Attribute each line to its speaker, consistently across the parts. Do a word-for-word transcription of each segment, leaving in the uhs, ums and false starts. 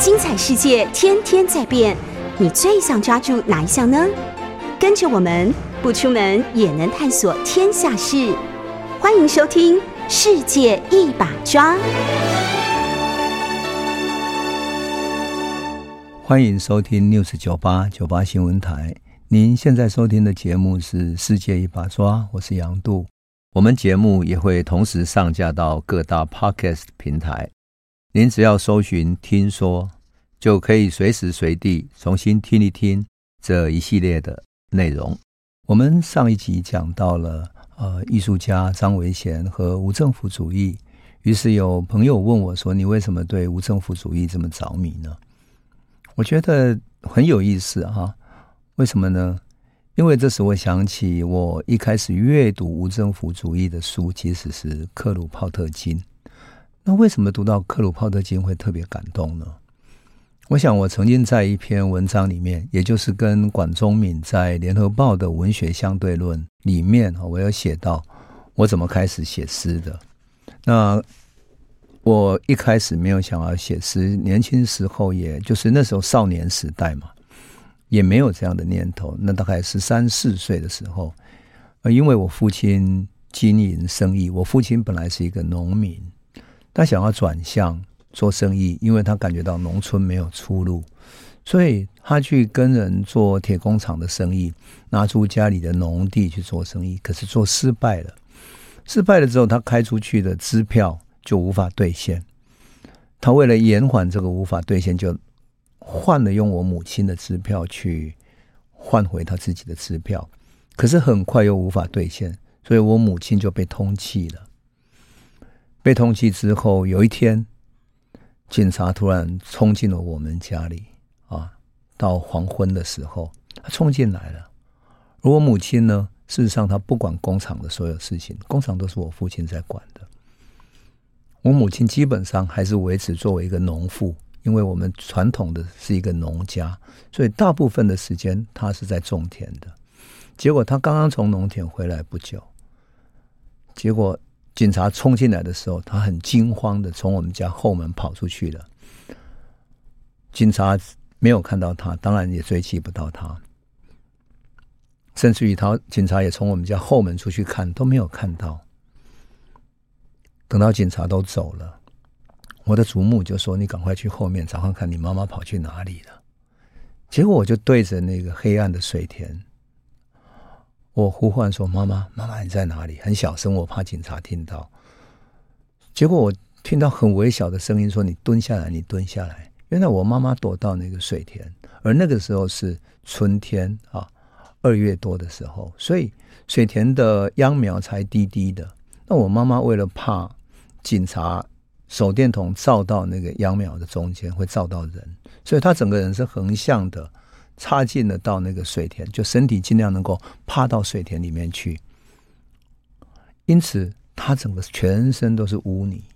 Speaker 1: 精彩世界天天在变，你最想抓住哪一项呢？跟着我们不出门也能探索天下事，欢迎收听《世界一把抓》。
Speaker 2: 欢迎收听 News 九八 九八新闻台，您现在收听的节目是《世界一把抓》，我是杨度。我们节目也会同时上架到各大 Podcast 平台，您只要搜寻听说，就可以随时随地重新听一听这一系列的内容。我们上一集讲到了呃，艺术家张维贤和无政府主义，于是有朋友问我说，你为什么对无政府主义这么着迷呢？我觉得很有意思哈，为什么呢？因为这使我想起我一开始阅读无政府主义的书其实是克鲁泡特金。那为什么读到克鲁泡特金会特别感动呢？我想我曾经在一篇文章里面，也就是跟管中闵在联合报的文学相对论里面，我有写到我怎么开始写诗的。那我一开始没有想要写诗，年轻时候也就是那时候少年时代嘛，也没有这样的念头。那大概十三四岁的时候，呃，因为我父亲经营生意，我父亲本来是一个农民，他想要转向做生意，因为他感觉到农村没有出路，所以他去跟人做铁工厂的生意，拿出家里的农地去做生意，可是做失败了。失败了之后，他开出去的支票就无法兑现，他为了延缓这个无法兑现，就换了用我母亲的支票去换回他自己的支票，可是很快又无法兑现，所以我母亲就被通缉了。被通缉之后，有一天警察突然冲进了我们家里啊，到黄昏的时候他冲进来了。而我母亲呢，事实上她不管工厂的所有事情，工厂都是我父亲在管的。我母亲基本上还是维持作为一个农妇，因为我们传统的是一个农家，所以大部分的时间她是在种田的。结果她刚刚从农田回来不久，结果警察冲进来的时候，她很惊慌的从我们家后门跑出去了。警察没有看到她，当然也追击不到她，甚至于他警察也从我们家后门出去看，都没有看到。等到警察都走了，我的祖母就说，你赶快去后面找看看你妈妈跑去哪里了。结果我就对着那个黑暗的水田，我呼唤说，妈妈妈妈你在哪里？很小声，我怕警察听到。结果我听到很微小的声音说，你蹲下来，你蹲下来。原来我妈妈躲到那个水田，而那个时候是春天啊，二月多的时候，所以水田的秧苗才低低的。那我妈妈为了怕警察手电筒照到那个秧苗的中间会照到人，所以她整个人是横向的插进了到那个水田，就身体尽量能够趴到水田里面去，因此她整个全身都是污泥。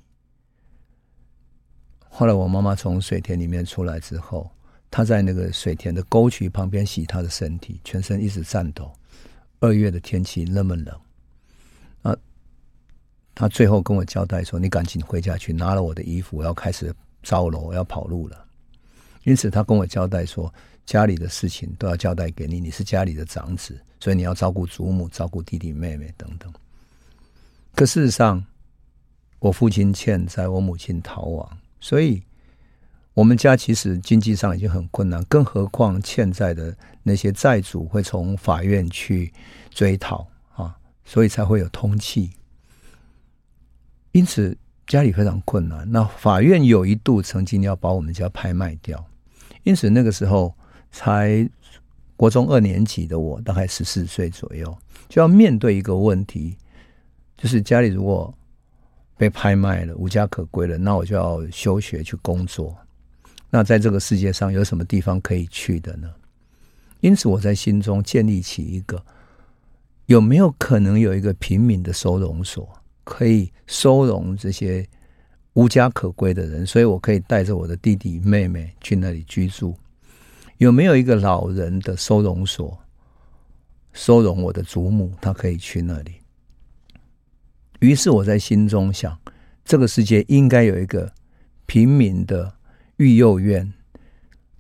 Speaker 2: 后来我妈妈从水田里面出来之后，她在那个水田的沟渠旁边洗她的身体，全身一直颤抖。二月的天气那么冷啊，她最后跟我交代说，你赶紧回家去，拿了我的衣服，我要开始招楼，我要跑路了。因此她跟我交代说，家里的事情都要交代给你，你是家里的长子，所以你要照顾祖母，照顾弟弟妹妹等等。可事实上我父亲欠债，我母亲逃亡，所以我们家其实经济上已经很困难，更何况欠债的那些债主会从法院去追讨啊，所以才会有通缉。因此家里非常困难，那法院有一度曾经要把我们家拍卖掉，因此那个时候才国中二年级的我，大概十四岁左右，就要面对一个问题，就是家里如果被拍卖了，无家可归了，那我就要休学去工作。那在这个世界上有什么地方可以去的呢？因此我在心中建立起一个，有没有可能有一个平民的收容所，可以收容这些无家可归的人，所以我可以带着我的弟弟妹妹去那里居住。有没有一个老人的收容所，收容我的祖母，他可以去那里。于是我在心中想，这个世界应该有一个平民的育幼院，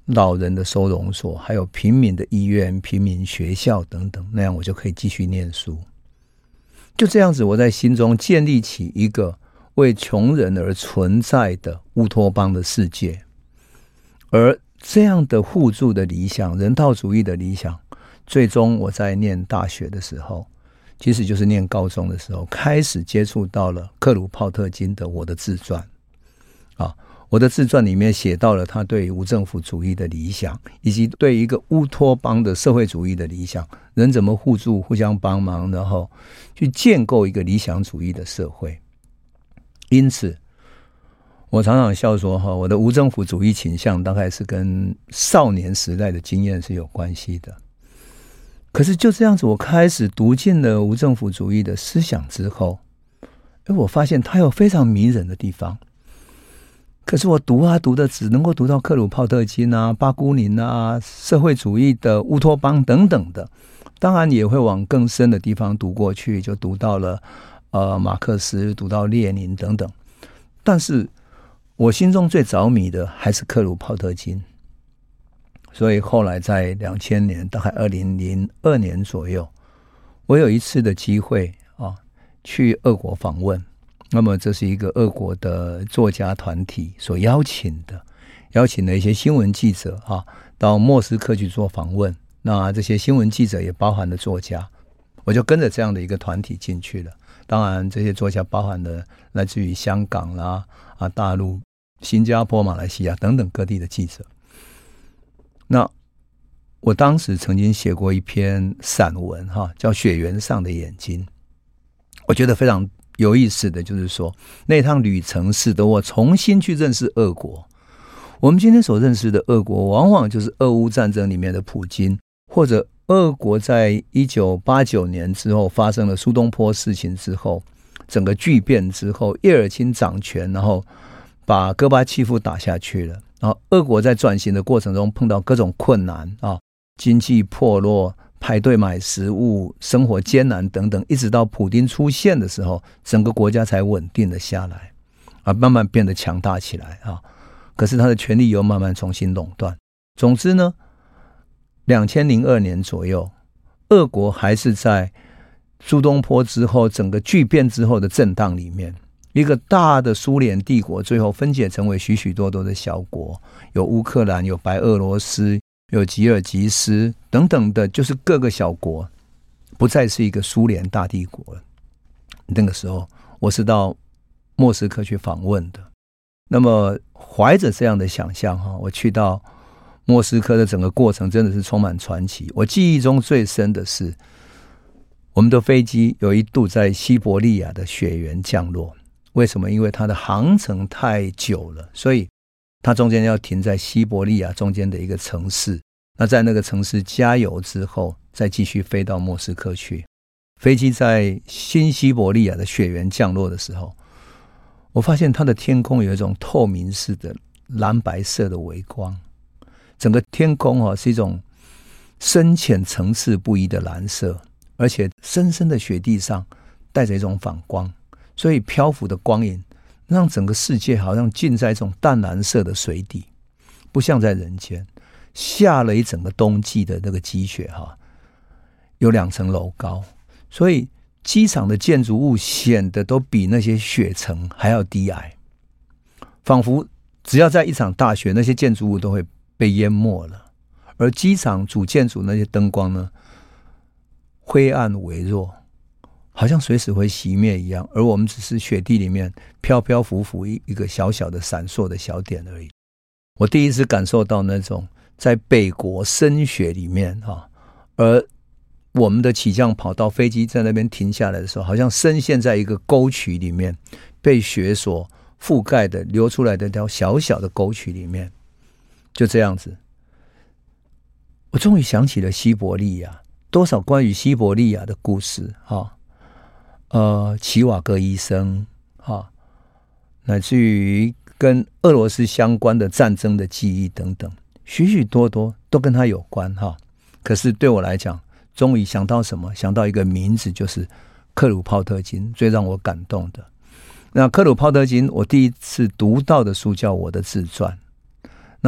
Speaker 2: 老人的收容所，还有平民的医院、平民学校等等，那样我就可以继续念书。就这样子，我在心中建立起一个为穷人而存在的乌托邦的世界。而这样的互助的理想，人道主义的理想，最终我在念大学的时候，其实就是念高中的时候，开始接触到了克鲁泡特金的我的自传啊，我的自传里面写到了他对于无政府主义的理想，以及对一个乌托邦的社会主义的理想，人怎么互助互相帮忙，然后去建构一个理想主义的社会。因此我常常笑说，我的无政府主义倾向大概是跟少年时代的经验是有关系的。可是就这样子，我开始读进了无政府主义的思想之后，我发现它有非常迷人的地方。可是我读啊读的只能够读到克鲁泡特金啊、巴孤宁啊、社会主义的乌托邦等等的，当然也会往更深的地方读过去，就读到了呃马克思，读到列宁等等。但是我心中最着迷的还是克鲁泡特金。所以后来在两千年，大概二零零二年左右，我有一次的机会啊，去俄国访问。那么这是一个俄国的作家团体所邀请的，邀请了一些新闻记者啊，到莫斯科去做访问。那这些新闻记者也包含了作家，我就跟着这样的一个团体进去了。当然这些作家包含了来自于香港啦、啊大陆、新加坡、马来西亚等等各地的记者。那我当时曾经写过一篇散文哈，叫《雪原上的眼睛》。我觉得非常有意思的就是说，那趟旅程使得我重新去认识俄国。我们今天所认识的俄国，往往就是俄乌战争里面的普京，或者俄国在一九八九年之后发生了苏东坡事情之后，整个巨变之后，叶尔钦掌权，然后把戈巴契夫打下去了。然后俄国在转型的过程中碰到各种困难啊，经济破落，排队买食物，生活艰难等等，一直到普丁出现的时候，整个国家才稳定了下来啊，慢慢变得强大起来啊。可是他的权力又慢慢重新垄断。总之呢，二零零二年左右，俄国还是在苏东坡之后整个巨变之后的震荡里面。一个大的苏联帝国最后分解成为许许多多的小国，有乌克兰，有白俄罗斯，有吉尔吉斯等等的，就是各个小国，不再是一个苏联大帝国了。那个时候我是到莫斯科去访问的，那么怀着这样的想象，我去到莫斯科的整个过程真的是充满传奇。我记忆中最深的是，我们的飞机有一度在西伯利亚的雪原降落。为什么？因为它的航程太久了，所以它中间要停在西伯利亚中间的一个城市。那在那个城市加油之后，再继续飞到莫斯科去。飞机在新西伯利亚的雪原降落的时候，我发现它的天空有一种透明式的蓝白色的微光，整个天空、哦、是一种深浅层次不一的蓝色，而且深深的雪地上带着一种反光，所以漂浮的光影让整个世界好像浸在一种淡蓝色的水底，不像在人间。下了一整个冬季的那个积雪哈，有两层楼高，所以机场的建筑物显得都比那些雪层还要低矮，仿佛只要在一场大雪，那些建筑物都会被淹没了。而机场主建筑那些灯光呢，灰暗微弱，好像随时会熄灭一样，而我们只是雪地里面飘飘浮浮一个小小的闪烁的小点而已。我第一次感受到那种在北国深雪里面，而我们的起降跑道飞机在那边停下来的时候，好像深陷在一个沟渠里面，被雪所覆盖的流出来的一条小小的沟渠里面。就这样子，我终于想起了西伯利亚，多少关于西伯利亚的故事哈，呃，齐瓦戈医生哈，乃至于跟俄罗斯相关的战争的记忆等等，许许多多都跟他有关哈。可是对我来讲，终于想到什么？想到一个名字，就是克鲁泡特金，最让我感动的。那克鲁泡特金，我第一次读到的书叫《我的自传》。那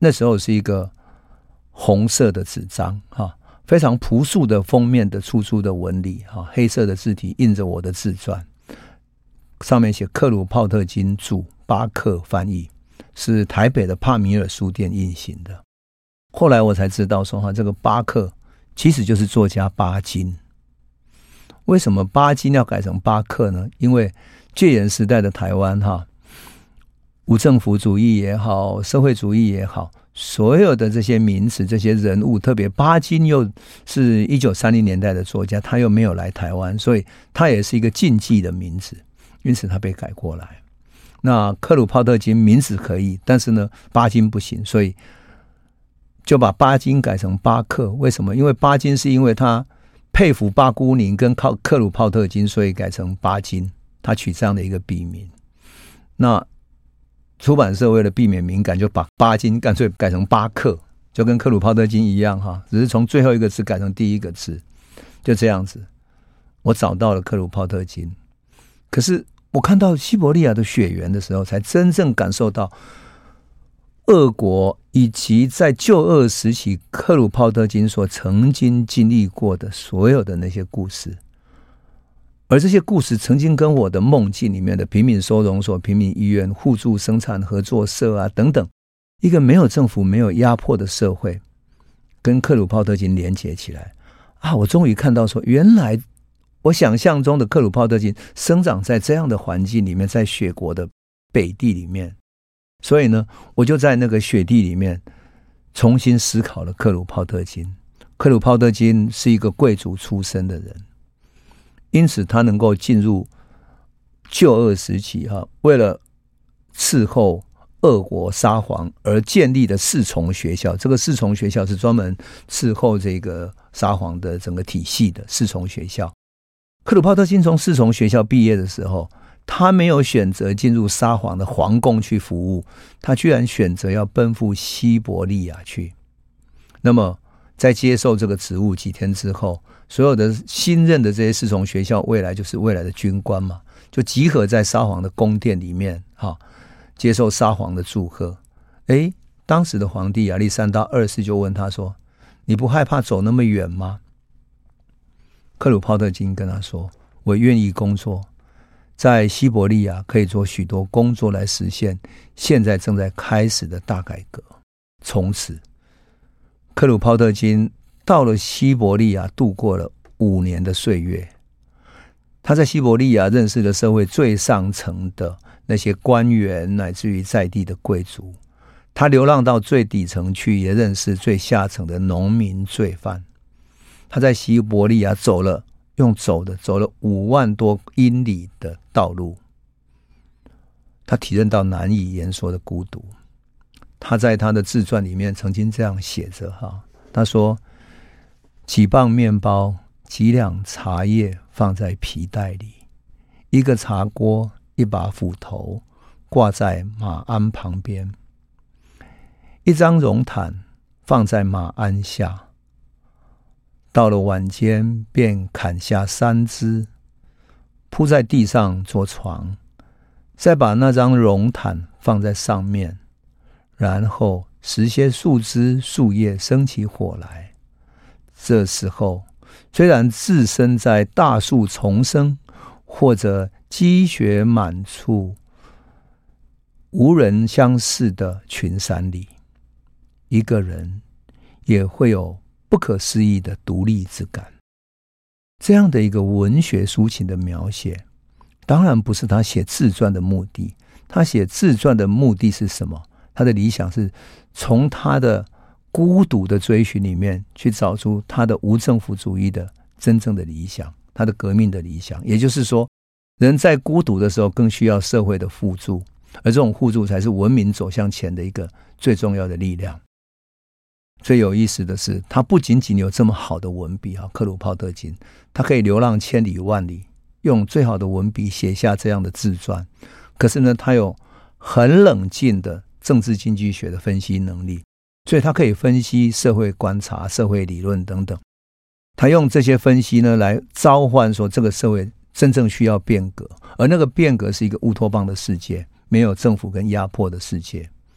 Speaker 2: 那时候是一个红色的纸张哈，非常朴素的封面的粗粗的纹理哈，黑色的字体印着我的自传，上面写克鲁泡特金著，巴克翻译，是台北的帕米尔书店印行的。后来我才知道说哈，这个巴克其实就是作家巴金。为什么巴金要改成巴克呢？因为戒严时代的台湾哈，无政府主义也好，社会主义也好，所有的这些名词这些人物，特别巴金又是一九三零年代的作家，他又没有来台湾，所以他也是一个禁忌的名字，因此他被改过来。那克鲁泡特金名字可以，但是呢巴金不行，所以就把巴金改成巴克。为什么？因为巴金是因为他佩服巴孤宁跟克鲁泡特金，所以改成巴金，他取这样的一个笔名。那出版社为了避免敏感，就把巴金干脆改成巴克，就跟克鲁泡特金一样哈，只是从最后一个字改成第一个字，就这样子。我找到了克鲁泡特金，可是我看到西伯利亚的雪原的时候，才真正感受到俄国以及在旧俄时期克鲁泡特金所曾经经历过的所有的那些故事。而这些故事曾经跟我的梦境里面的平民收容所、平民医院、互助生产合作社啊等等，一个没有政府、没有压迫的社会，跟克鲁泡特金连结起来啊！我终于看到说，原来我想象中的克鲁泡特金生长在这样的环境里面，在雪国的北地里面。所以呢，我就在那个雪地里面重新思考了克鲁泡特金。克鲁泡特金是一个贵族出身的人，因此他能够进入旧俄时期哈，为了伺候俄国沙皇而建立的四重学校。这个四重学校是专门伺候这个沙皇的整个体系的四重学校。克鲁泡特金从四重学校毕业的时候，他没有选择进入沙皇的皇宫去服务，他居然选择要奔赴西伯利亚去。那么在接受这个职务几天之后，所有的新任的这些四重学校未来就是未来的军官嘛，就集合在沙皇的宫殿里面哈，接受沙皇的祝贺。诶，当时的皇帝亚历山大二世就问他说，你不害怕走那么远吗？克鲁泡特金跟他说，我愿意工作，在西伯利亚可以做许多工作来实现现在正在开始的大改革。从此克鲁泡特金到了西伯利亚度过了五年的岁月。他在西伯利亚认识了社会最上层的那些官员，乃至于在地的贵族。他流浪到最底层去，也认识最下层的农民罪犯。他在西伯利亚走了用走的走了五万多英里的道路，他体认到难以言说的孤独。他在他的自传里面曾经这样写着哈，他说，几磅面包，几两茶叶放在皮袋里，一个茶锅，一把斧头挂在马鞍旁边，一张绒毯放在马鞍下。到了晚间，便砍下三枝，铺在地上做床，再把那张绒毯放在上面，然后拾些树枝树叶生起火来。这时候，虽然置身在大树丛生或者积雪满处、无人相视的群山里，一个人也会有不可思议的独立之感。这样的一个文学抒情的描写，当然不是他写自传的目的。他写自传的目的是什么？他的理想是从他的孤独的追寻里面去找出他的无政府主义的真正的理想，他的革命的理想。也就是说，人在孤独的时候更需要社会的互助，而这种互助才是文明走向前的一个最重要的力量。最有意思的是，他不仅仅有这么好的文笔啊，克鲁泡特金，他可以流浪千里万里，用最好的文笔写下这样的自传。可是呢，他有很冷静的政治经济学的分析能力，所以他可以分析社会观察、社会理论等等。他用这些分析呢，来召唤说这个社会真正需要变革，而那个变革是一个乌托邦的世界，没有政府跟压迫的世界。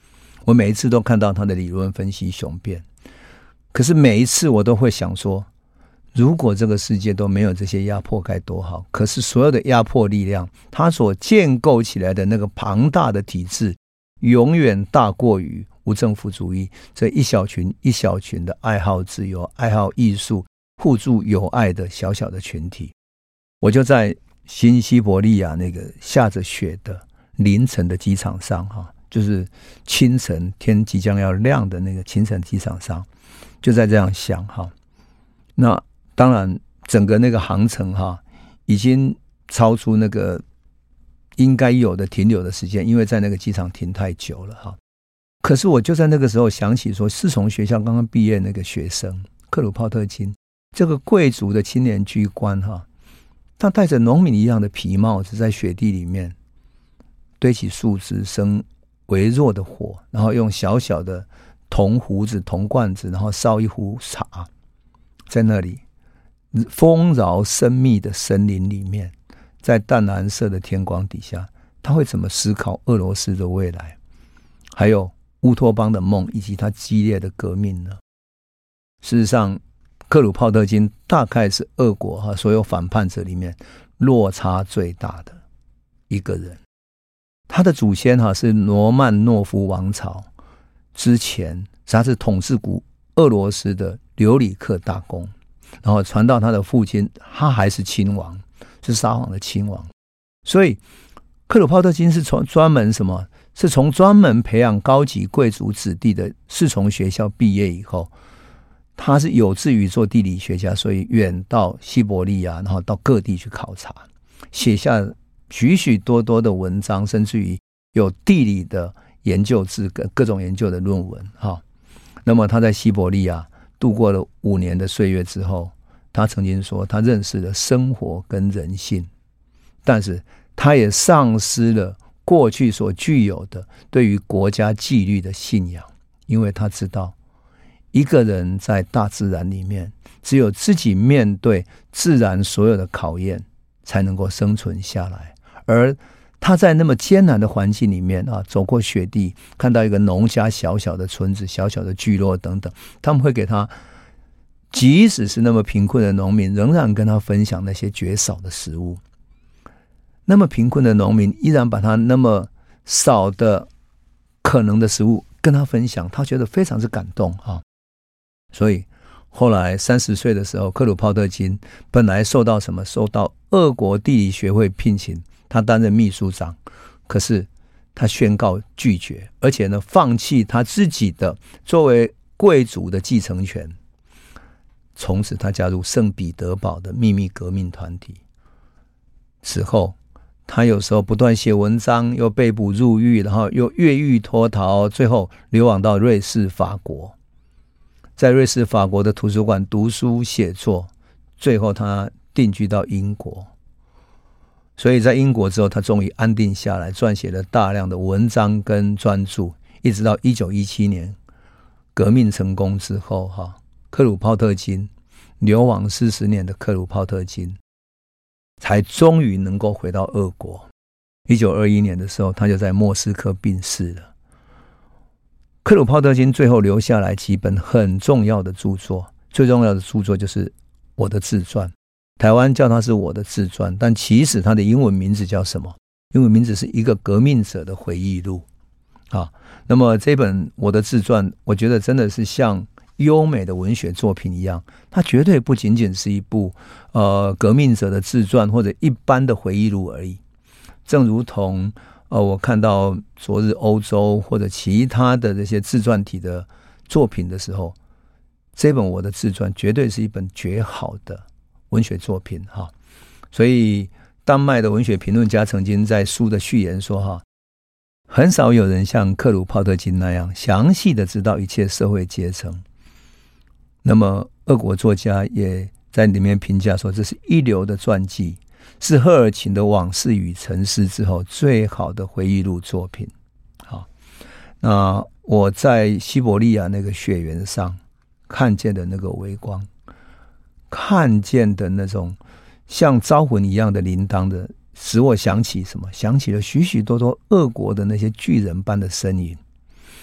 Speaker 2: 我每一次都看到他的理论分析雄辩，可是每一次我都会想说，如果这个世界都没有这些压迫该多好。可是所有的压迫力量，它所建构起来的那个庞大的体制，永远大过于无政府主义这一小群一小群的爱好自由、爱好艺术、互助友爱的小小的群体。我就在新西伯利亚那个下着雪的凌晨的机场上哈，就是清晨天即将要亮的那个清晨机场上，就在这样想哈。那当然整个那个航程哈已经超出那个应该有的停留的时间，因为在那个机场停太久了哈。可是我就在那个时候想起说，是从学校刚刚毕业那个学生克鲁泡特金，这个贵族的青年居官哈，他戴着农民一样的皮帽子，在雪地里面堆起树枝，生微弱的火，然后用小小的铜壶子、铜罐子，然后烧一壶茶，在那里丰饶深密的森林里面，在淡蓝色的天光底下，他会怎么思考俄罗斯的未来，还有乌托邦的梦，以及他激烈的革命呢？事实上，克鲁泡特金大概是俄国所有反叛者里面落差最大的一个人。他的祖先是罗曼诺夫王朝之前，他是统治古俄罗斯的留里克大公，然后传到他的父亲，他还是亲王，是沙皇的亲王。所以克鲁泡特金是从专门什么？是从专门培养高级贵族子弟的侍从学校毕业以后，他是有志于做地理学家，所以远到西伯利亚，然后到各地去考察，写下许许多多的文章，甚至于有地理的研究志跟各种研究的论文。那么他在西伯利亚度过了五年的岁月之后，他曾经说他认识了生活跟人性，但是他也丧失了过去所具有的对于国家纪律的信仰，因为他知道一个人在大自然里面，只有自己面对自然所有的考验才能够生存下来。而他在那么艰难的环境里面啊，走过雪地，看到一个农家小小的村子、小小的聚落等等，他们会给他，即使是那么贫困的农民，仍然跟他分享那些绝少的食物。那么贫困的农民依然把他那么少的可能的食物跟他分享，他觉得非常之感动啊。所以后来三十岁的时候，克鲁泡特金本来受到什么？受到俄国地理学会聘请，他担任秘书长，可是他宣告拒绝，而且呢，放弃他自己的作为贵族的继承权。从此他加入圣彼得堡的秘密革命团体。此后他有时候不断写文章，又被捕入狱，然后又越狱脱逃，最后流亡到瑞士、法国，在瑞士、法国的图书馆读书写作，最后他定居到英国。所以在英国之后，他终于安定下来，撰写了大量的文章跟专著，一直到一九一七年革命成功之后，克鲁泡特金流亡四十年的克鲁泡特金才终于能够回到俄国。一九二一年的时候，他就在莫斯科病逝了。克鲁泡特金最后留下来几本很重要的著作，最重要的著作就是我的自传，台湾叫它是我的自传，但其实它的英文名字叫什么？英文名字是一个革命者的回忆录啊。那么这本我的自传，我觉得真的是像优美的文学作品一样，它绝对不仅仅是一部呃革命者的自传或者一般的回忆录而已。正如同呃我看到昨日欧洲或者其他的这些自传体的作品的时候，这本我的自传绝对是一本绝好的文学作品哈。所以丹麦的文学评论家曾经在书的序言说哈，很少有人像克鲁泡特金那样详细的知道一切社会阶层。那么俄国作家也在里面评价说，这是一流的传记，是赫尔琴的往事与沉思之后最好的回忆录作品。好，那我在西伯利亚那个雪原上看见的那个微光，看见的那种像招魂一样的铃铛的，使我想起什么？想起了许许多多俄国的那些巨人般的身影，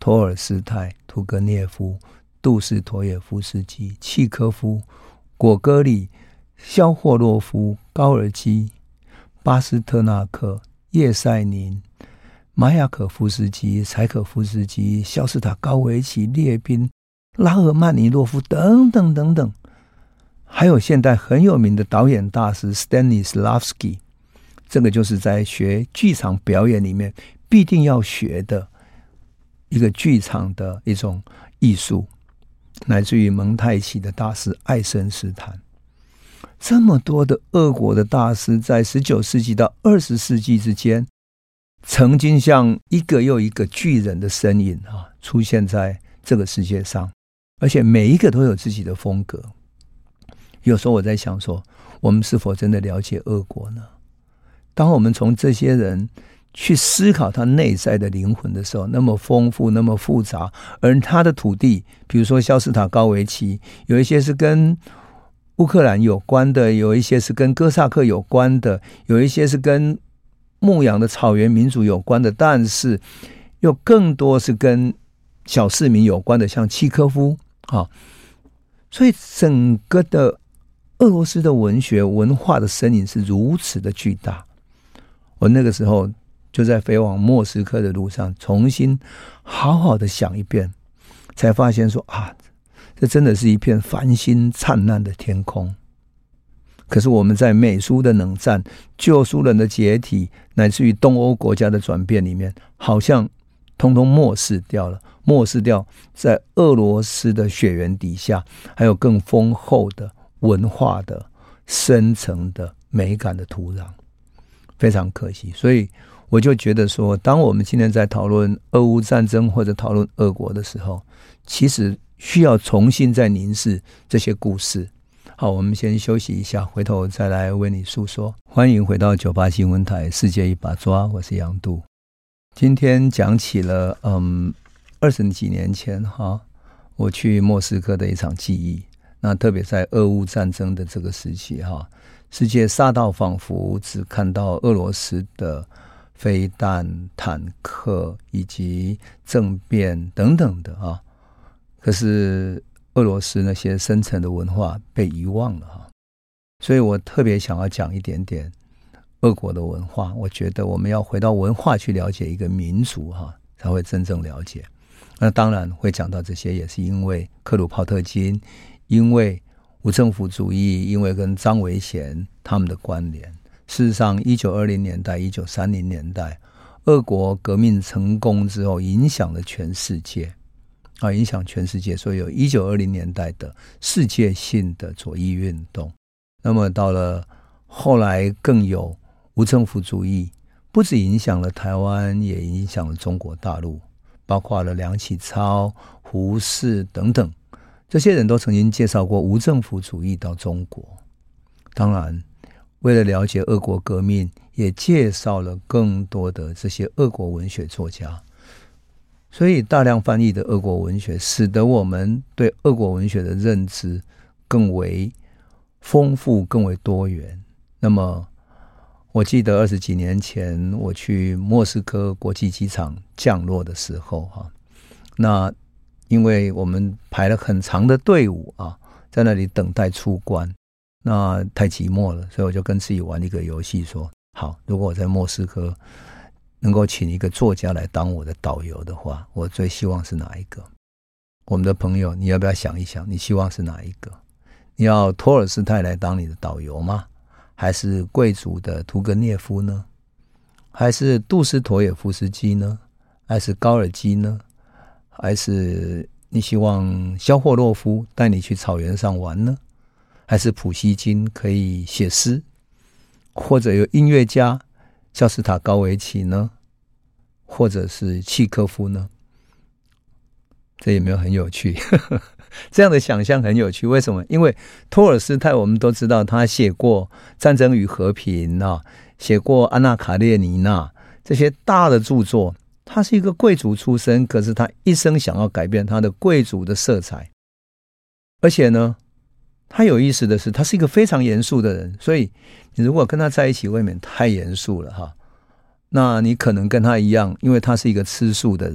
Speaker 2: 托尔斯泰、屠格涅夫、杜斯妥也夫斯基、契科夫、果戈里、肖霍洛夫、高尔基、巴斯特纳克、叶塞宁、马雅可夫斯基、柴可夫斯基、肖斯塔高维奇、列宾、拉赫曼尼诺夫等等等等，还有现代很有名的导演大师 Stanislavski， 这个就是在学剧场表演里面必定要学的一个剧场的一种艺术，乃至于蒙太奇的大师爱森斯坦。这么多的俄国的大师在十九世纪到二十世纪之间，曾经像一个又一个巨人的身影啊，出现在这个世界上，而且每一个都有自己的风格。有时候我在想说，我们是否真的了解俄国呢？当我们从这些人去思考他内在的灵魂的时候，那么丰富，那么复杂，而他的土地，比如说肖斯塔高维奇，有一些是跟乌克兰有关的，有一些是跟哥萨克有关的，有一些是跟牧羊的草原民族有关的，但是又更多是跟小市民有关的，像契科夫啊。所以整个的俄罗斯的文学文化的身影是如此的巨大。我那个时候就在飞往莫斯科的路上，重新好好的想一遍，才发现说啊，这真的是一片繁星灿烂的天空。可是我们在美苏的冷战、旧苏联的解体，乃至于东欧国家的转变里面，好像通通漠视掉了，漠视掉在俄罗斯的血缘底下还有更丰厚的文化的深层的美感的土壤，非常可惜。所以我就觉得说，当我们今天在讨论俄乌战争或者讨论俄国的时候，其实需要重新再凝视这些故事。好，我们先休息一下，回头再来为你诉说。欢迎回到九八新闻台世界一把抓，我是杨度。今天讲起了嗯二十几年前哈，我去莫斯科的一场记忆。那特别在俄乌战争的这个时期哈，世界杀到仿佛只看到俄罗斯的飞弹、坦克以及政变等等的啊，可是俄罗斯那些深层的文化被遗忘了哈。所以我特别想要讲一点点俄国的文化。我觉得我们要回到文化去了解一个民族哈，才会真正了解。那当然会讲到这些，也是因为克鲁泡特金，因为无政府主义，因为跟张维贤他们的关联。事实上一九二零年代一九三零年代俄国革命成功之后，影响了全世界啊，影响全世界，所以有一九二零年代的世界性的左翼运动。那么到了后来更有无政府主义，不只影响了台湾，也影响了中国大陆，包括了梁启超、胡适等等，这些人都曾经介绍过无政府主义到中国。当然为了了解俄国革命，也介绍了更多的这些俄国文学作家。所以大量翻译的俄国文学，使得我们对俄国文学的认知更为丰富，更为多元。那么我记得二十几年前我去莫斯科国际机场降落的时候哈，那因为我们排了很长的队伍啊，在那里等待出关，那太寂寞了，所以我就跟自己玩一个游戏，说好，如果我在莫斯科能够请一个作家来当我的导游的话，我最希望是哪一个？我们的朋友，你要不要想一想，你希望是哪一个？你要托尔斯泰来当你的导游吗？还是贵族的屠格涅夫呢？还是杜斯妥也夫斯基呢？还是高尔基呢？还是你希望肖霍洛夫带你去草原上玩呢？还是普希金可以写诗？或者有音乐家肖斯塔高维奇呢？或者是契科夫呢？这有没有很有趣？这样的想象很有趣。为什么？因为托尔斯泰我们都知道他写过《战争与和平》啊，写过《安娜卡列尼娜》这些大的著作。他是一个贵族出身，可是他一生想要改变他的贵族的色彩。而且呢，他有意思的是，他是一个非常严肃的人，所以你如果跟他在一起，未免太严肃了哈。那你可能跟他一样，因为他是一个吃素的人，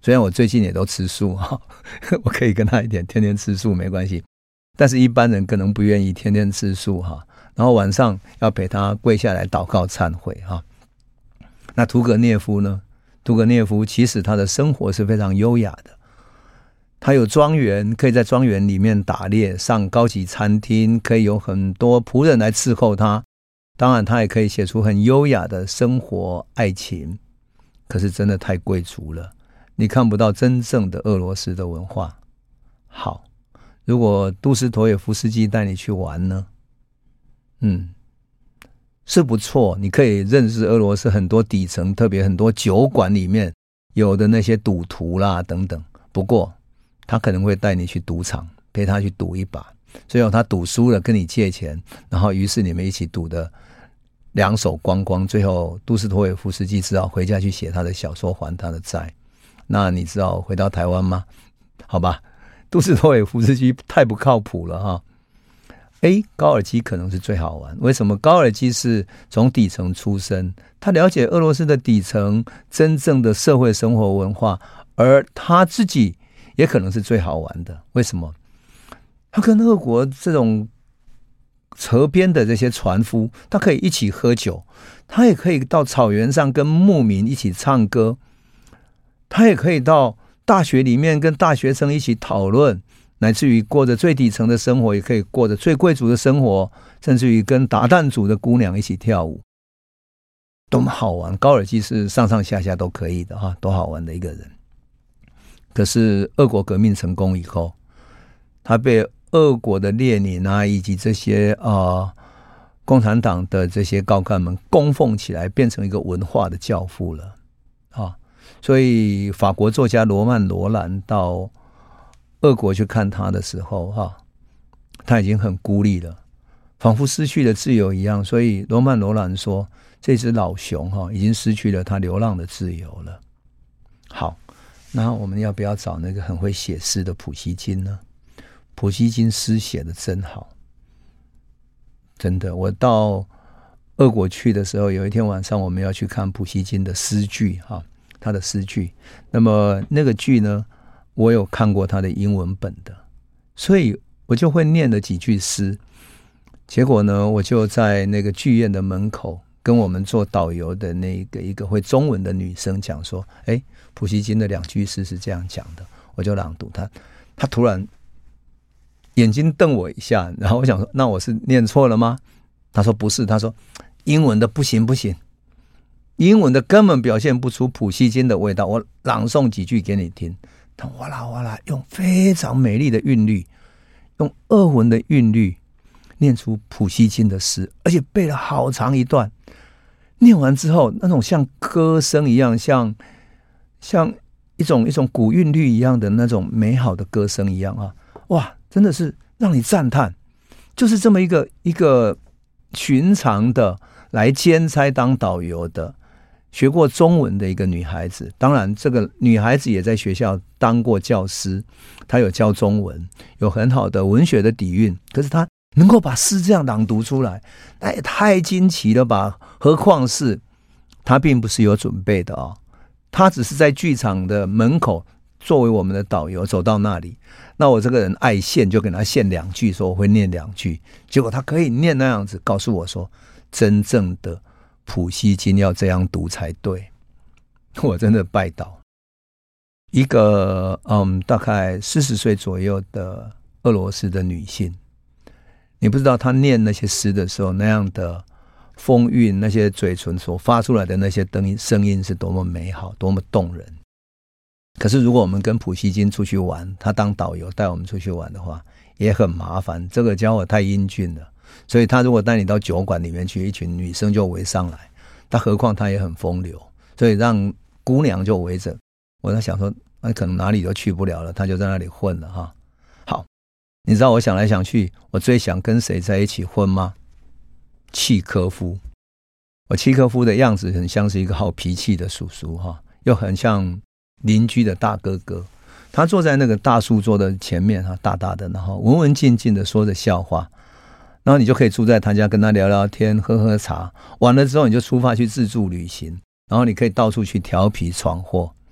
Speaker 2: 虽然我最近也都吃素哈，我可以跟他一点天天吃素没关系，但是一般人可能不愿意天天吃素哈。然后晚上要陪他跪下来祷告忏悔哈。那屠格涅夫呢？屠格涅夫其实他的生活是非常优雅的，他有庄园，可以在庄园里面打猎，上高级餐厅，可以有很多仆人来伺候他。当然他也可以写出很优雅的生活爱情，可是真的太贵族了，你看不到真正的俄罗斯的文化。好，如果杜斯妥也夫斯基带你去玩呢？嗯，是不错，你可以认识俄罗斯很多底层，特别很多酒馆里面有的那些赌徒啦等等。不过他可能会带你去赌场，陪他去赌一把，最后他赌输了跟你借钱，然后于是你们一起赌的两手光光，最后杜斯妥也夫斯基只好回家去写他的小说还他的债。那你知道回到台湾吗？好吧，杜斯妥也夫斯基太不靠谱了哈。诶，高尔基可能是最好玩。为什么？高尔基是从底层出身，他了解俄罗斯的底层真正的社会生活文化，而他自己也可能是最好玩的。为什么？他跟俄国这种河边的这些船夫，他可以一起喝酒，他也可以到草原上跟牧民一起唱歌，他也可以到大学里面跟大学生一起讨论，乃至于过着最底层的生活，也可以过着最贵族的生活，甚至于跟达旦族的姑娘一起跳舞，多么好玩。高尔基是上上下下都可以的哈，多好玩的一个人。可是俄国革命成功以后，他被俄国的列宁啊，以及这些呃共产党的这些高干们供奉起来，变成一个文化的教父了啊。所以法国作家罗曼·罗兰到俄国去看他的时候哈，他已经很孤立了，仿佛失去了自由一样。所以罗曼·罗兰说，这只老熊哈已经失去了它流浪的自由了。好，那我们要不要找那个很会写诗的普希金呢？普希金诗写的真好，真的。我到俄国去的时候，有一天晚上我们要去看普希金的诗句哈，他的诗句。那么那个剧呢，我有看过他的英文本的，所以我就会念了几句诗。结果呢，我就在那个剧院的门口跟我们做导游的那个一个会中文的女生讲说，诶，普希金的两句诗是这样讲的，我就朗读他。他突然眼睛瞪我一下，然后我想说，那我是念错了吗？他说不是，他说英文的不行不行，英文的根本表现不出普希金的味道。我朗诵几句给你听。他哇啦哇啦用非常美丽的韵律，用俄文的韵律念出普希金的诗，而且背了好长一段。念完之后，那种像歌声一样，像像一种一种古韵律一样的那种美好的歌声一样啊！哇，真的是让你赞叹。就是这么一个一个寻常的来兼差当导游的，学过中文的一个女孩子。当然这个女孩子也在学校当过教师，她有教中文，有很好的文学的底蕴，可是她能够把诗这样朗读出来，那也太惊奇了吧。何况是她并不是有准备的哦，她只是在剧场的门口作为我们的导游走到那里，那我这个人爱现，就给他现两句，说我会念两句，结果他可以念那样子，告诉我说真正的普希金要这样读才对。我真的拜倒。一个嗯，大概四十岁左右的俄罗斯的女性，你不知道她念那些诗的时候那样的风韵，那些嘴唇所发出来的那些声音是多么美好，多么动人。可是如果我们跟普希金出去玩，他当导游带我们出去玩的话，也很麻烦，这个家伙太英俊了，所以他如果带你到酒馆里面去，一群女生就围上来，他何况他也很风流，所以让姑娘就围着。我在想说那可能哪里都去不了了，他就在那里混了哈。好，你知道我想来想去，我最想跟谁在一起混吗？契科夫。我契科夫的样子很像是一个好脾气的叔叔哈，又很像邻居的大哥哥。他坐在那个大树桌的前面哈，大大的，然后文文静静的说着笑话，然后你就可以住在他家跟他聊聊天，喝喝茶，完了之后你就出发去自助旅行，然后你可以到处去调皮闯祸。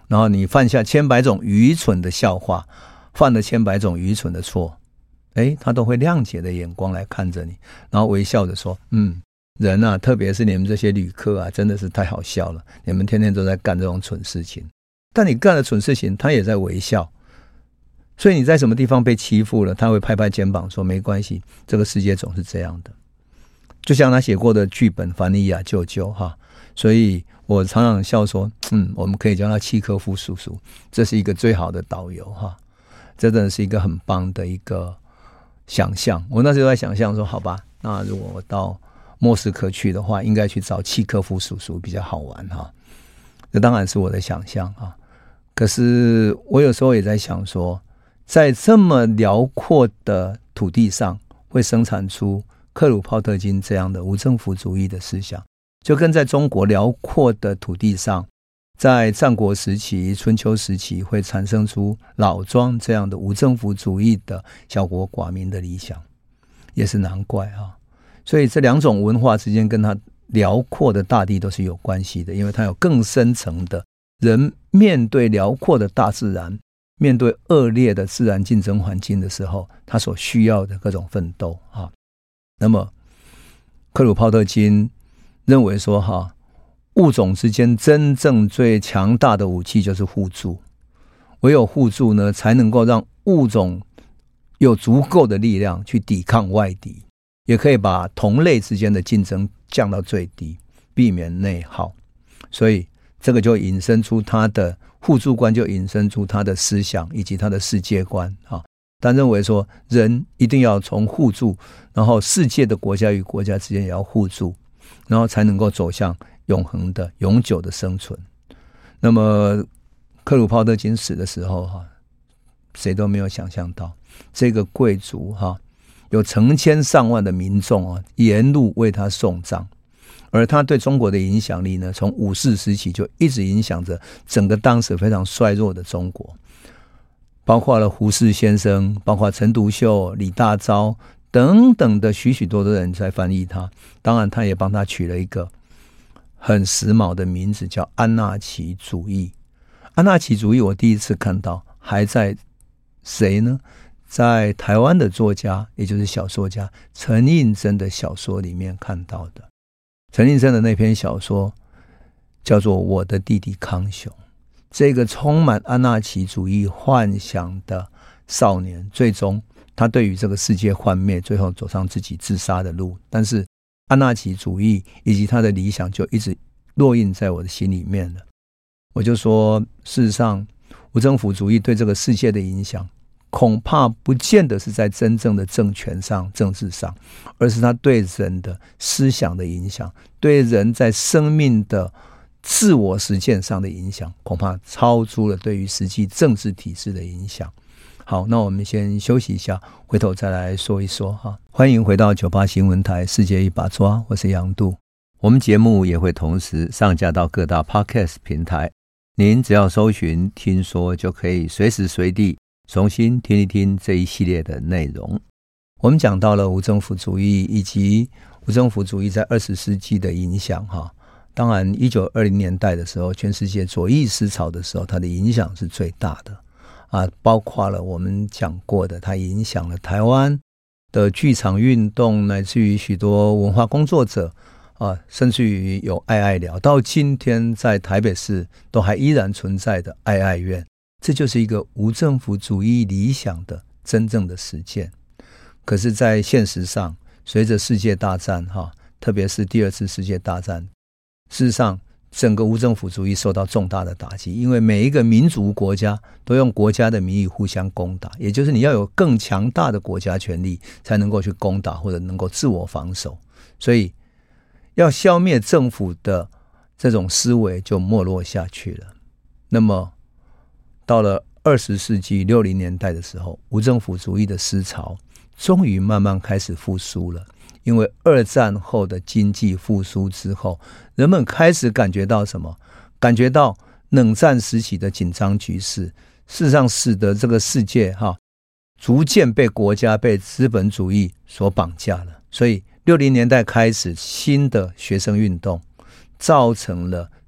Speaker 2: 然后你犯下千百种愚蠢的笑话，犯了千百种愚蠢的错，诶，他都会谅解的眼光来看着你，然后微笑着说，嗯，人啊，特别是你们这些旅客啊，真的是太好笑了，你们天天都在干这种蠢事情。但你干了蠢事情，他也在微笑，所以你在什么地方被欺负了，他会拍拍肩膀说，没关系，这个世界总是这样的。就像他写过的剧本凡尼亚舅舅哈，所以我常常笑说，嗯，我们可以叫他契科夫叔叔，这是一个最好的导游哈，这真的是一个很棒的一个想象。我那时候在想象说，好吧，那如果我到莫斯科去的话，应该去找契科夫叔叔比较好玩哈。这当然是我的想象哈。可是我有时候也在想说，在这么辽阔的土地上，会生产出克鲁泡特金这样的无政府主义的思想，就跟在中国辽阔的土地上，在战国时期、春秋时期会产生出老庄这样的无政府主义的小国寡民的理想，也是难怪啊。所以这两种文化之间跟它辽阔的大地都是有关系的，因为它有更深层的人面对辽阔的大自然，面对恶劣的自然竞争环境的时候，他所需要的各种奋斗啊。那么克鲁泡特金认为说哈，物种之间真正最强大的武器就是互助，唯有互助呢，才能够让物种有足够的力量去抵抗外敌，也可以把同类之间的竞争降到最低，避免内耗。所以这个就引申出他的互助观，就引申出他的思想以及他的世界观啊。他认为说，人一定要从互助，然后世界的国家与国家之间也要互助，然后才能够走向永恒的永久的生存。那么克鲁泡特金死的时候哈，谁都没有想象到这个贵族哈，有成千上万的民众啊，沿路为他送葬，而他对中国的影响力呢，从五四时期就一直影响着整个当时非常衰弱的中国，包括了胡适先生，包括陈独秀、李大钊等等的许许多多人在翻译他。当然他也帮他取了一个很时髦的名字，叫安纳奇主义。安纳奇主义我第一次看到还在谁呢？在台湾的作家，也就是小说家陈映真的小说里面看到的。陈映真的那篇小说叫做《我的弟弟康雄》，这个充满安纳奇主义幻想的少年，最终他对于这个世界幻灭，最后走上自己自杀的路。但是安纳奇主义以及他的理想就一直烙印在我的心里面了。我就说，事实上无政府主义对这个世界的影响，恐怕不见得是在真正的政权上、政治上，而是他对人的思想的影响，对人在生命的自我实践上的影响，恐怕超出了对于实际政治体制的影响。好，那我们先休息一下，回头再来说一说哈。欢迎回到九八新闻台世界一把抓，我是杨度。我们节目也会同时上架到各大 Podcast 平台，您只要搜寻听说，就可以随时随地重新听一听这一系列的内容。我们讲到了无政府主义以及无政府主义在二十世纪的影响哈。当然一九二零年代的时候，全世界左翼思潮的时候，它的影响是最大的啊，包括了我们讲过的，它影响了台湾的剧场运动，乃至于许多文化工作者啊，甚至于有爱爱寮，到今天在台北市都还依然存在的爱爱院，这就是一个无政府主义理想的真正的实践。可是在现实上，随着世界大战哈，特别是第二次世界大战，事实上整个无政府主义受到重大的打击，因为每一个民族国家都用国家的名义互相攻打，也就是你要有更强大的国家权力才能够去攻打或者能够自我防守，所以要消灭政府的这种思维就没落下去了。那么到了二十世纪六零年代的时候，无政府主义的思潮终于慢慢开始复苏了。因为二战后的经济复苏之后，人们开始感觉到什么？感觉到冷战时期的紧张局势，事实上使得这个世界哈，逐渐被国家、被资本主义所绑架了。所以六零年代开始新的学生运动，造成了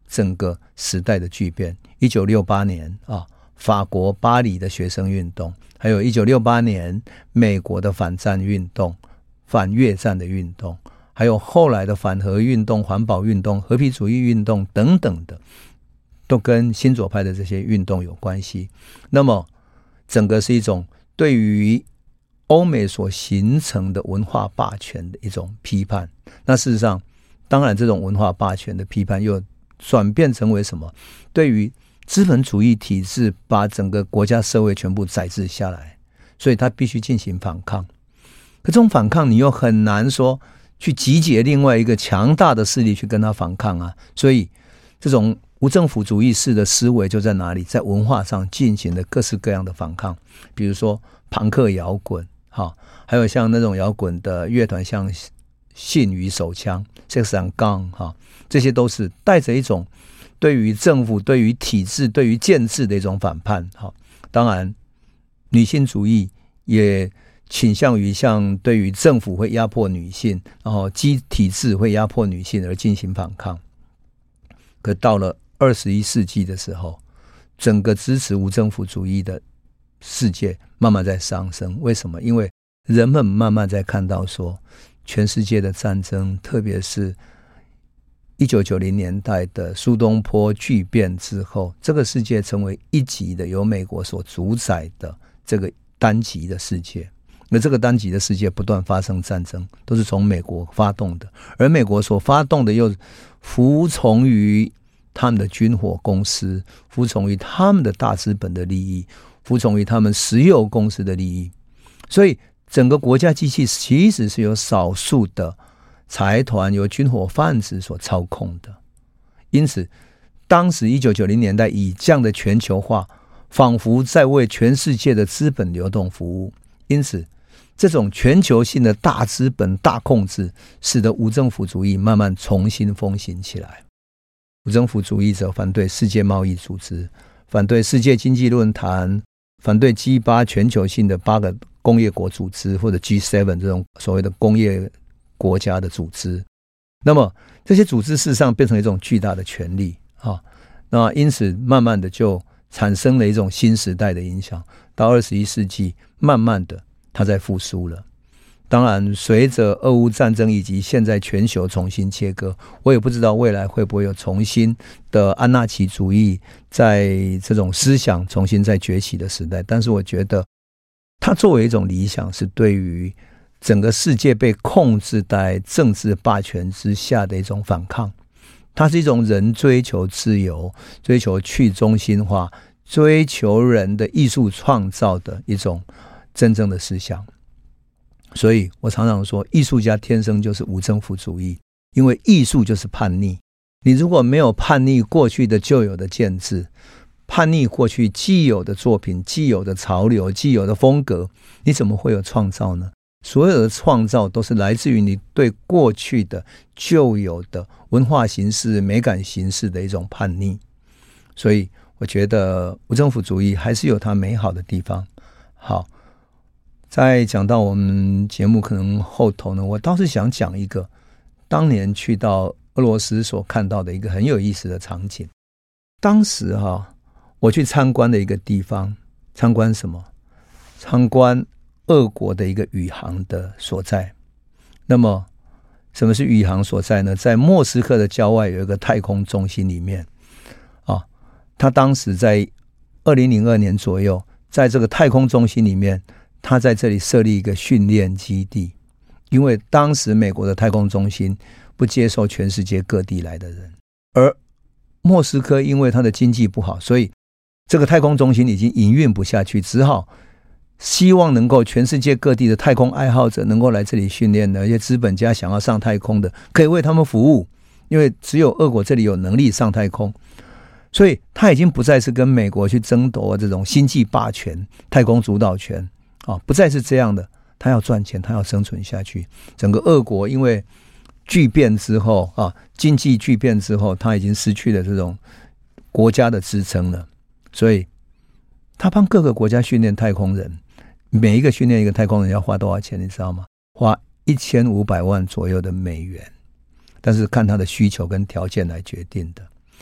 Speaker 2: 整个时代的巨变。一九六八年啊，法国巴黎的学生运动，还有一九六八年美国的反战运动、反越战的运动，还有后来的反核运动、环保运动、和平主义运动等等的，都跟新左派的这些运动有关系。那么整个是一种对于欧美所形成的文化霸权的一种批判。那事实上当然这种文化霸权的批判又转变成为什么？对于资本主义体制把整个国家社会全部宰制下来，所以他必须进行反抗。可这种反抗你又很难说去集结另外一个强大的势力去跟他反抗啊。所以这种无政府主义式的思维就在哪里？在文化上进行的各式各样的反抗，比如说朋克摇滚，还有像那种摇滚的乐团，像信与手枪 Sex and Gun， 这些都是带着一种对于政府、对于体制、对于建制的一种反叛。当然女性主义也倾向于像对于政府会压迫女性，然后基体制会压迫女性而进行反抗。可到了二十一世纪的时候，整个支持无政府主义的世界慢慢在上升。为什么？因为人们慢慢在看到说，全世界的战争，特别是一九九零年代的苏东坡巨变之后，这个世界成为一极的由美国所主宰的这个单极的世界。而这个单极的世界不断发生战争，都是从美国发动的，而美国所发动的又服从于他们的军火公司，服从于他们的大资本的利益，服从于他们石油公司的利益。所以整个国家机器其实是由少数的财团、由军火贩子所操控的。因此当时一九九零年代以这样的全球化仿佛在为全世界的资本流动服务。因此这种全球性的大资本大控制使得无政府主义慢慢重新风行起来。无政府主义者反对世界贸易组织，反对世界经济论坛，反对 G 八 全球性的八个工业国组织，或者 G 七 这种所谓的工业国家的组织。那么这些组织事实上变成一种巨大的权力、啊、那因此慢慢的就产生了一种新时代的影响。到二十一世纪慢慢的它在复苏了。当然随着俄乌战争以及现在全球重新切割，我也不知道未来会不会有重新的安纳奇主义在这种思想重新再崛起的时代。但是我觉得它作为一种理想，是对于整个世界被控制在政治霸权之下的一种反抗。它是一种人追求自由、追求去中心化、追求人的艺术创造的一种真正的思想。所以我常常说，艺术家天生就是无政府主义，因为艺术就是叛逆。你如果没有叛逆过去的旧有的建制，叛逆过去既有的作品、既有的潮流、既有的风格，你怎么会有创造呢？所有的创造都是来自于你对过去的旧有的文化形式、美感形式的一种叛逆。所以我觉得无政府主义还是有它美好的地方。好，在讲到我们节目可能后头呢，我倒是想讲一个当年去到俄罗斯所看到的一个很有意思的场景。当时哈，我去参观的一个地方，参观什么？参观俄国的一个宇航的所在。那么什么是宇航所在呢？在莫斯科的郊外有一个太空中心里面啊，他当时在二零零二年左右，在这个太空中心里面，他在这里设立一个训练基地。因为当时美国的太空中心不接受全世界各地来的人，而莫斯科因为它的经济不好，所以这个太空中心已经营运不下去，只好希望能够全世界各地的太空爱好者能够来这里训练的，而且资本家想要上太空的可以为他们服务，因为只有俄国这里有能力上太空。所以他已经不再是跟美国去争夺这种星际霸权、太空主导权、啊、不再是这样的。他要赚钱，他要生存下去。整个俄国因为巨变之后啊，经济巨变之后，他已经失去了这种国家的支撑了，所以他帮各个国家训练太空人，每一个训练一个太空人要花多少钱你知道吗？花一千五百万左右的美元，但是看他的需求跟条件来决定的。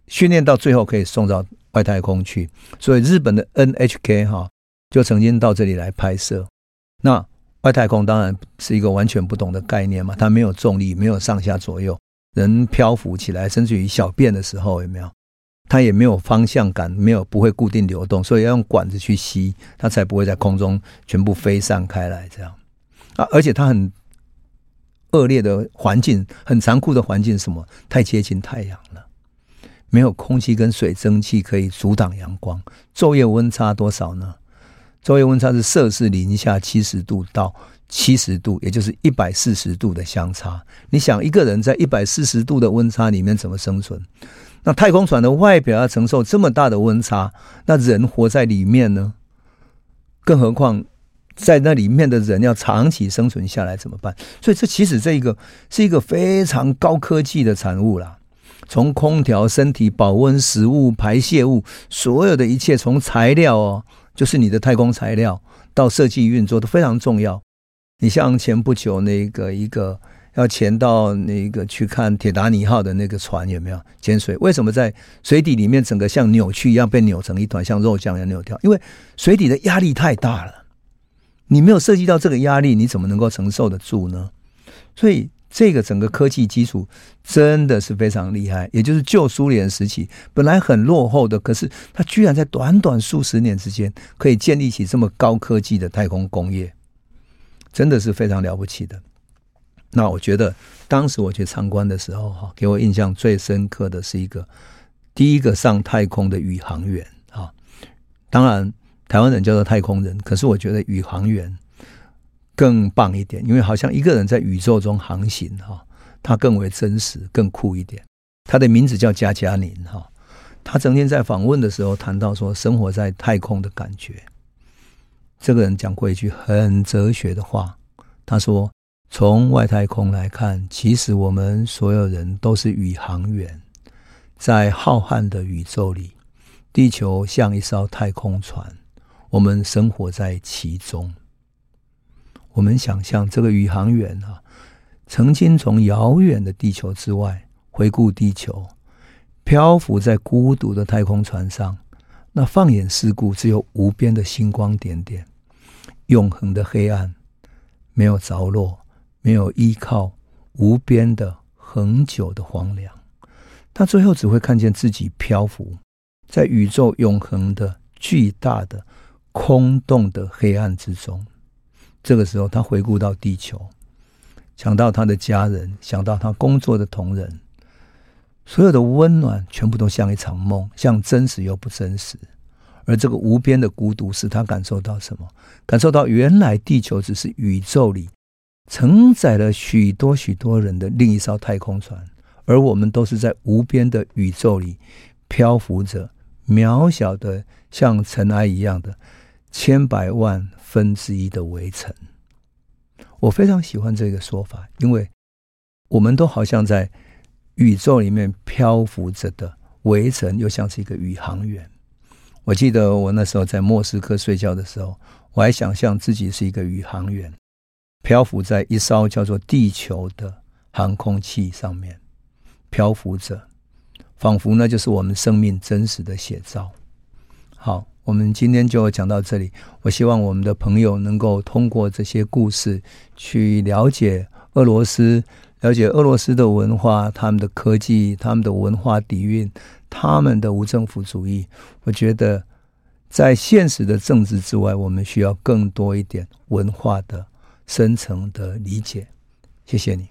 Speaker 2: 训练到最后可以送到外太空去。所以日本的 N H K 哈就曾经到这里来拍摄。那外太空当然是一个完全不同的概念嘛，它没有重力，没有上下左右，人漂浮起来，甚至于小便的时候有没有，它也没有方向感，没有不会固定流动，所以要用管子去吸，它才不会在空中全部飞散开来这样啊。而且它很恶劣的环境，很残酷的环境是什么？太接近太阳了，没有空气跟水蒸气可以阻挡阳光。昼夜温差多少呢？昼夜温差是摄氏零下七十度到七十度，也就是一百四十度的相差。你想一个人在一百四十度的温差里面怎么生存？那太空船的外表要承受这么大的温差，那人活在里面呢？更何况在那里面的人要长期生存下来怎么办？所以这其实这一个是一个非常高科技的产物啦。从空调、身体保温、食物、排泄物，所有的一切，从材料哦，就是你的太空材料到设计运作都非常重要。你像前不久那个一个要潜到那个去看铁达尼号的那个船有没有潜水？为什么在水底里面整个像扭曲一样被扭成一团，像肉酱一样扭掉？因为水底的压力太大了，你没有设计到这个压力，你怎么能够承受得住呢？所以这个整个科技基础真的是非常厉害，也就是旧苏联时期本来很落后的，可是它居然在短短数十年之间可以建立起这么高科技的太空工业，真的是非常了不起的。那我觉得当时我去参观的时候，给我印象最深刻的是一个第一个上太空的宇航员。当然台湾人叫做太空人，可是我觉得宇航员更棒一点，因为好像一个人在宇宙中航行，他更为真实更酷一点。他的名字叫加加宁，他曾经在访问的时候谈到说生活在太空的感觉。这个人讲过一句很哲学的话，他说从外太空来看，其实我们所有人都是宇航员，在浩瀚的宇宙里，地球像一艘太空船，我们生活在其中。我们想象这个宇航员啊，曾经从遥远的地球之外回顾地球，漂浮在孤独的太空船上，那放眼四顾，只有无边的星光点点，永恒的黑暗，没有着落，没有依靠，无边的恒久的荒凉。他最后只会看见自己漂浮在宇宙永恒的巨大的空洞的黑暗之中。这个时候他回顾到地球，想到他的家人，想到他工作的同仁，所有的温暖全部都像一场梦，像真实又不真实。而这个无边的孤独使他感受到什么？感受到原来地球只是宇宙里承载了许多许多人的另一艘太空船，而我们都是在无边的宇宙里漂浮着，渺小的像尘埃一样的千百万分之一的微尘。我非常喜欢这个说法，因为我们都好像在宇宙里面漂浮着的微尘，又像是一个宇航员。我记得我那时候在莫斯科睡觉的时候，我还想象自己是一个宇航员，漂浮在一艘叫做地球的航空器上面，漂浮着，仿佛那就是我们生命真实的写照。好，我们今天就讲到这里。我希望我们的朋友能够通过这些故事去了解俄罗斯，了解俄罗斯的文化，他们的科技，他们的文化底蕴，他们的无政府主义。我觉得在现实的政治之外，我们需要更多一点文化的深层的理解。谢谢你。